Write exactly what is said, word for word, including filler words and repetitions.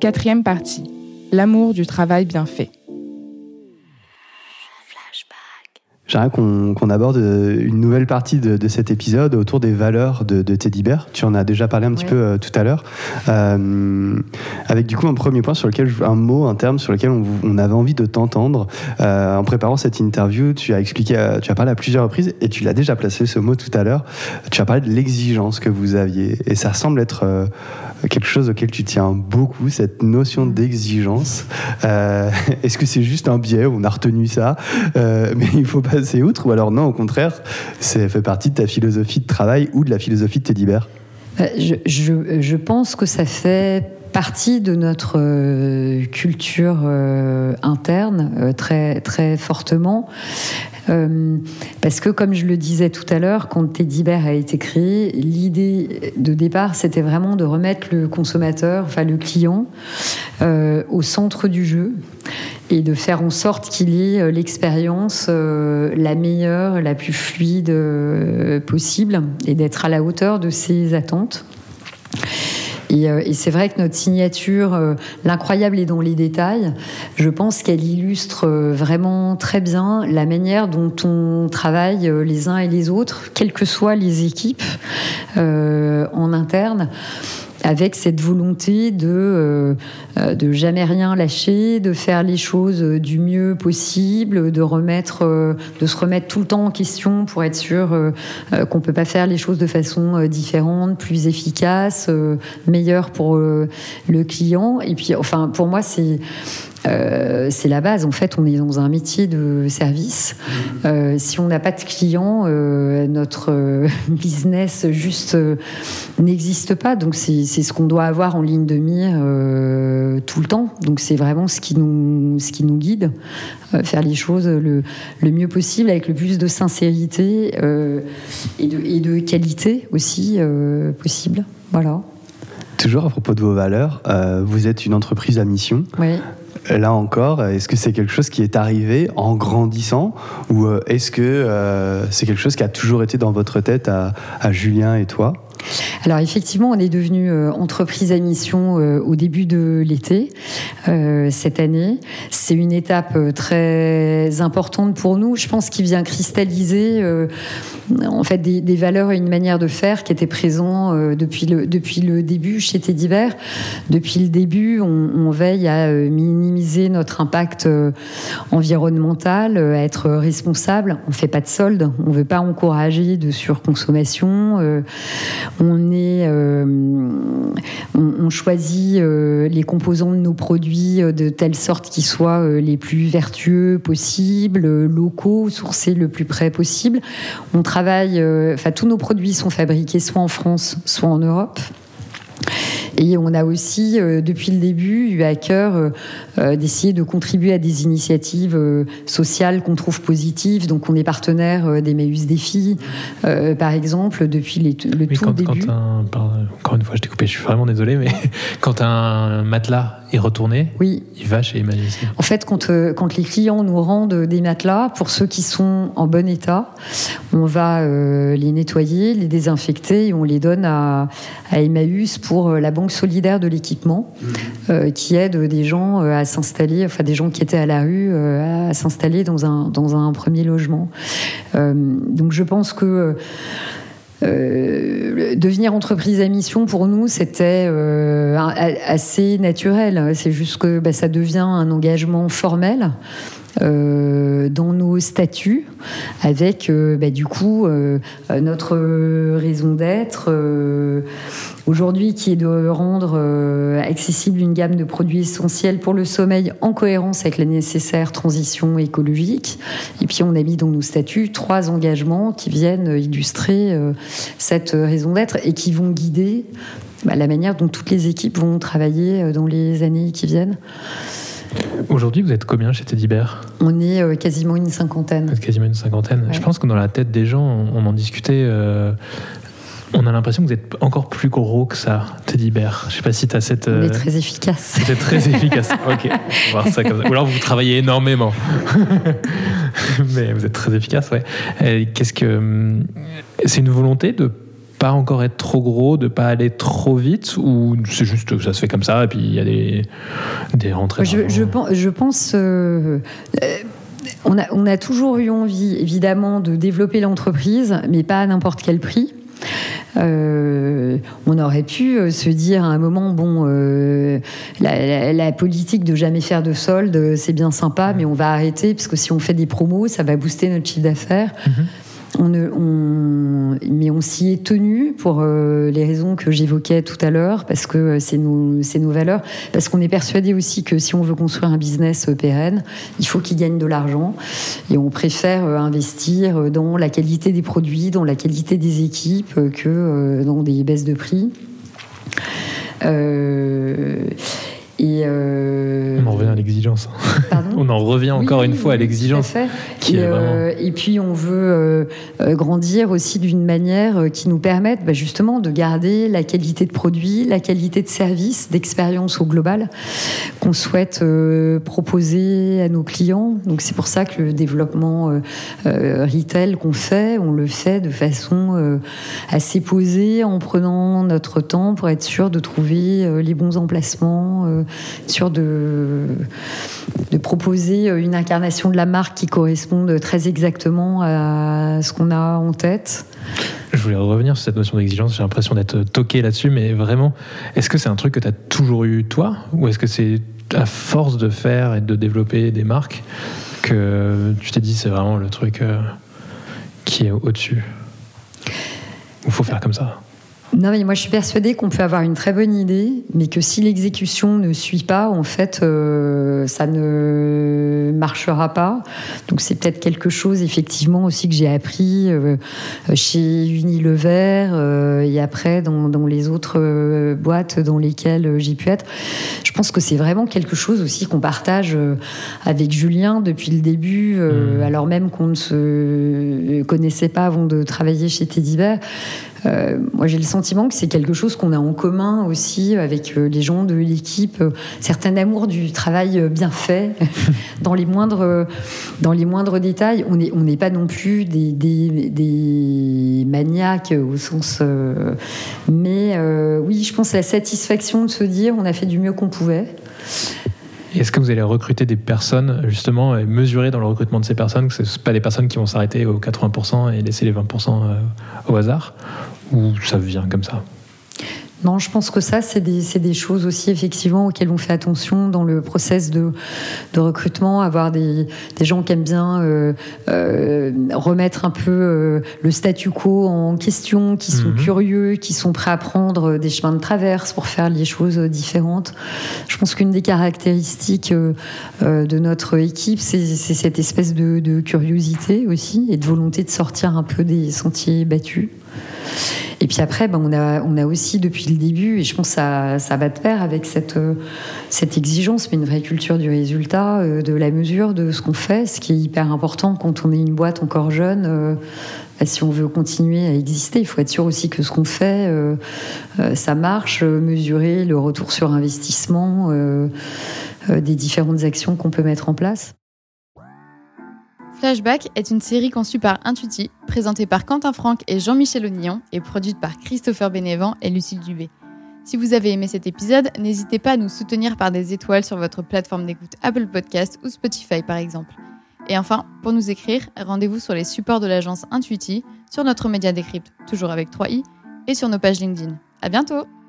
Quatrième partie, l'amour du travail bien fait. J'aimerais qu'on, qu'on aborde une nouvelle partie de, de cet épisode autour des valeurs de, de Teddy Bear. Tu en as déjà parlé un petit oui. peu euh, tout à l'heure. Euh, avec du coup un premier point sur lequel, un mot, un terme sur lequel on, on avait envie de t'entendre. Euh, en préparant cette interview, tu as expliqué, tu as parlé à plusieurs reprises et tu l'as déjà placé ce mot tout à l'heure. Tu as parlé de l'exigence que vous aviez et ça semble être euh, quelque chose auquel tu tiens beaucoup, cette notion d'exigence. Euh, est-ce que c'est juste un biais, on a retenu ça, euh, mais il faut pas c'est outre, ou alors non, au contraire, ça fait partie de ta philosophie de travail ou de la philosophie de Teddy Bear? je, je, je pense que ça fait partie de notre euh, culture euh, interne euh, très, très fortement. Euh, parce que, comme je le disais tout à l'heure, quand Teddy Bear a été créé, l'idée de départ, c'était vraiment de remettre le consommateur, enfin le client, euh, au centre du jeu et de faire en sorte qu'il ait l'expérience euh, la meilleure, la plus fluide euh, possible et d'être à la hauteur de ses attentes. Et, euh, et c'est vrai que notre signature, euh, l'incroyable est dans les détails, je pense qu'elle illustre euh, vraiment très bien la manière dont on travaille euh, les uns et les autres, quelles que soient les équipes euh, en interne, avec cette volonté de, euh, de jamais rien lâcher, de faire les choses du mieux possible, de, remettre, euh, de se remettre tout le temps en question pour être sûr euh, qu'on ne peut pas faire les choses de façon euh, différente, plus efficace, euh, meilleure pour euh, le client. Et puis, enfin, pour moi, c'est... Euh, c'est la base. En fait, on est dans un métier de service. Euh, si on n'a pas de clients, euh, notre euh, business juste euh, n'existe pas. Donc, c'est, c'est ce qu'on doit avoir en ligne de mire euh, tout le temps. Donc, c'est vraiment ce qui nous, ce qui nous guide. Euh, faire les choses le, le mieux possible, avec le plus de sincérité euh, et, de, et de qualité aussi euh, possible. Voilà. Toujours à propos de vos valeurs, euh, vous êtes une entreprise à mission. Oui. Là encore, est-ce que c'est quelque chose qui est arrivé en grandissant ou est-ce que euh, c'est quelque chose qui a toujours été dans votre tête à, à Julien et toi ? Alors effectivement, on est devenu euh, entreprise à mission euh, au début de l'été euh, cette année. C'est une étape euh, très importante pour nous. Je pense qu'il vient cristalliser euh, en fait des, des valeurs et une manière de faire qui étaient présents euh, depuis le depuis le début chez Teddy Bear. Depuis le début, on, on veille à euh, minimiser notre impact euh, environnemental, euh, à être responsable. On fait pas de solde. On veut pas encourager de surconsommation. Euh, On, est, euh, on, on choisit euh, les composants de nos produits de telle sorte qu'ils soient euh, les plus vertueux possibles, euh, locaux, sourcés le plus près possible. On travaille, euh, enfin tous nos produits sont fabriqués soit en France, soit en Europe. Et on a aussi, euh, depuis le début, eu à cœur euh, euh, d'essayer de contribuer à des initiatives euh, sociales qu'on trouve positives. Donc, on est partenaire euh, d'Emmaüs Défi, euh, par exemple, depuis les, le oui, tout quand, début. Quand un, pardon, encore une fois, je t'ai coupé, je suis vraiment désolé, mais quand un matelas est retourné, oui. il va chez Emmaüs. En fait, quand, euh, quand les clients nous rendent des matelas, pour ceux qui sont en bon état, on va euh, les nettoyer, les désinfecter et on les donne à, à Emmaüs pour euh, la banque solidaire de l'équipement, mmh. euh, qui aide des gens euh, à s'installer, enfin des gens qui étaient à la rue, euh, à s'installer dans un, dans un premier logement. Euh, donc je pense que Euh, devenir entreprise à mission, pour nous, c'était euh, assez naturel. C'est juste que bah, ça devient un engagement formel euh, dans nos statuts, avec euh, bah, du coup euh, notre raison d'être euh, aujourd'hui, qui est de rendre euh, accessible une gamme de produits essentiels pour le sommeil en cohérence avec la nécessaire transition écologique. Et puis on a mis dans nos statuts trois engagements qui viennent illustrer euh, cette raison d'être et qui vont guider bah, la manière dont toutes les équipes vont travailler dans les années qui viennent. Aujourd'hui, vous êtes combien chez Teddy Bear ? On est euh, quasiment une cinquantaine. Vous êtes quasiment une cinquantaine. Ouais. Je pense que dans la tête des gens, on, on en discutait... Euh... On a l'impression que vous êtes encore plus gros que ça, Teddy Bear. Je ne sais pas si tu as cette... On est très efficace. Vous êtes très efficace. Ok, on va voir ça comme ça. Ou alors vous travaillez énormément. Mais vous êtes très efficace, ouais. Et qu'est-ce que... C'est une volonté de pas encore être trop gros, de pas aller trop vite, ou c'est juste que ça se fait comme ça et puis il y a des, des rentrées je, je, je pense euh, euh, on a, on a toujours eu envie évidemment de développer l'entreprise, mais pas à n'importe quel prix. Euh, on aurait pu se dire à un moment, bon, euh, la, la, la politique de jamais faire de solde, c'est bien sympa, mais on va arrêter, parce que si on fait des promos, ça va booster notre chiffre d'affaires. Mm-hmm. On ne, on, mais on s'y est tenu pour euh, les raisons que j'évoquais tout à l'heure, parce que c'est nos, c'est nos valeurs, parce qu'on est persuadé aussi que si on veut construire un business pérenne, il faut qu'il gagne de l'argent, et on préfère euh, investir dans la qualité des produits, dans la qualité des équipes, que euh, dans des baisses de prix. Euh, Et euh... On en revient à l'exigence. Pardon ? On en revient encore oui, une oui, fois oui, à l'exigence. Tout à fait. Qui et, est vraiment... euh, et puis on veut euh, grandir aussi d'une manière qui nous permette bah, justement de garder la qualité de produit, la qualité de service, d'expérience au global qu'on souhaite euh, proposer à nos clients. Donc c'est pour ça que le développement euh, euh, retail qu'on fait, on le fait de façon euh, assez posée, en prenant notre temps pour être sûr de trouver euh, les bons emplacements, euh, sûr de, de proposer une incarnation de la marque qui corresponde très exactement à ce qu'on a en tête. Je voulais revenir sur cette notion d'exigence, j'ai l'impression d'être toqué là-dessus, mais vraiment, est-ce que c'est un truc que tu as toujours eu toi, ou est-ce que c'est à force de faire et de développer des marques que tu t'es dit c'est vraiment le truc euh, qui est au-dessus, ou il faut faire comme ça? Non, mais moi je suis persuadée qu'on peut avoir une très bonne idée, mais que si l'exécution ne suit pas, en fait, euh, ça ne marchera pas. Donc c'est peut-être quelque chose, effectivement, aussi que j'ai appris euh, chez Unilever euh, et après dans, dans les autres euh, boîtes dans lesquelles j'ai pu être. Je pense que c'est vraiment quelque chose aussi qu'on partage euh, avec Julien depuis le début, euh, mmh. alors même qu'on ne se connaissait pas avant de travailler chez Teddy Bear. Euh, moi, j'ai le sentiment que c'est quelque chose qu'on a en commun aussi avec euh, les gens de l'équipe, euh, certain amour du travail euh, bien fait, dans les moindres, euh, dans les moindres détails. On n'est on n'est pas non plus des, des, des maniaques au sens, euh, mais euh, oui, je pense la satisfaction de se dire on a fait du mieux qu'on pouvait. Et est-ce que vous allez recruter des personnes, justement, et mesurer dans le recrutement de ces personnes que ce ne sont pas des personnes qui vont s'arrêter aux quatre-vingts pour cent et laisser les vingt pour cent au hasard, ou ça vient comme ça ? Non, je pense que ça, c'est des, c'est des choses aussi, effectivement, auxquelles on fait attention dans le process de, de recrutement, avoir des, des gens qui aiment bien euh, euh, remettre un peu euh, le statu quo en question, qui sont mmh. curieux, qui sont prêts à prendre des chemins de traverse pour faire les choses différentes. Je pense qu'une des caractéristiques euh, de notre équipe, c'est, c'est cette espèce de, de curiosité aussi, et de volonté de sortir un peu des sentiers battus. Et puis après, ben on, a, on a aussi depuis le début, et je pense que ça, ça va de pair avec cette, cette exigence, mais une vraie culture du résultat, de la mesure de ce qu'on fait, ce qui est hyper important quand on est une boîte encore jeune. Euh, si on veut continuer à exister, il faut être sûr aussi que ce qu'on fait, euh, euh, ça marche, mesurer le retour sur investissement euh, euh, des différentes actions qu'on peut mettre en place. Flashback est une série conçue par Intuiti, présentée par Quentin Franck et Jean-Michel Onillon et produite par Christopher Bénévent et Lucille Dubé. Si vous avez aimé cet épisode, n'hésitez pas à nous soutenir par des étoiles sur votre plateforme d'écoute Apple Podcast ou Spotify par exemple. Et enfin, pour nous écrire, rendez-vous sur les supports de l'agence Intuiti, sur notre média Décrypte, toujours avec trois i, et sur nos pages LinkedIn. À bientôt!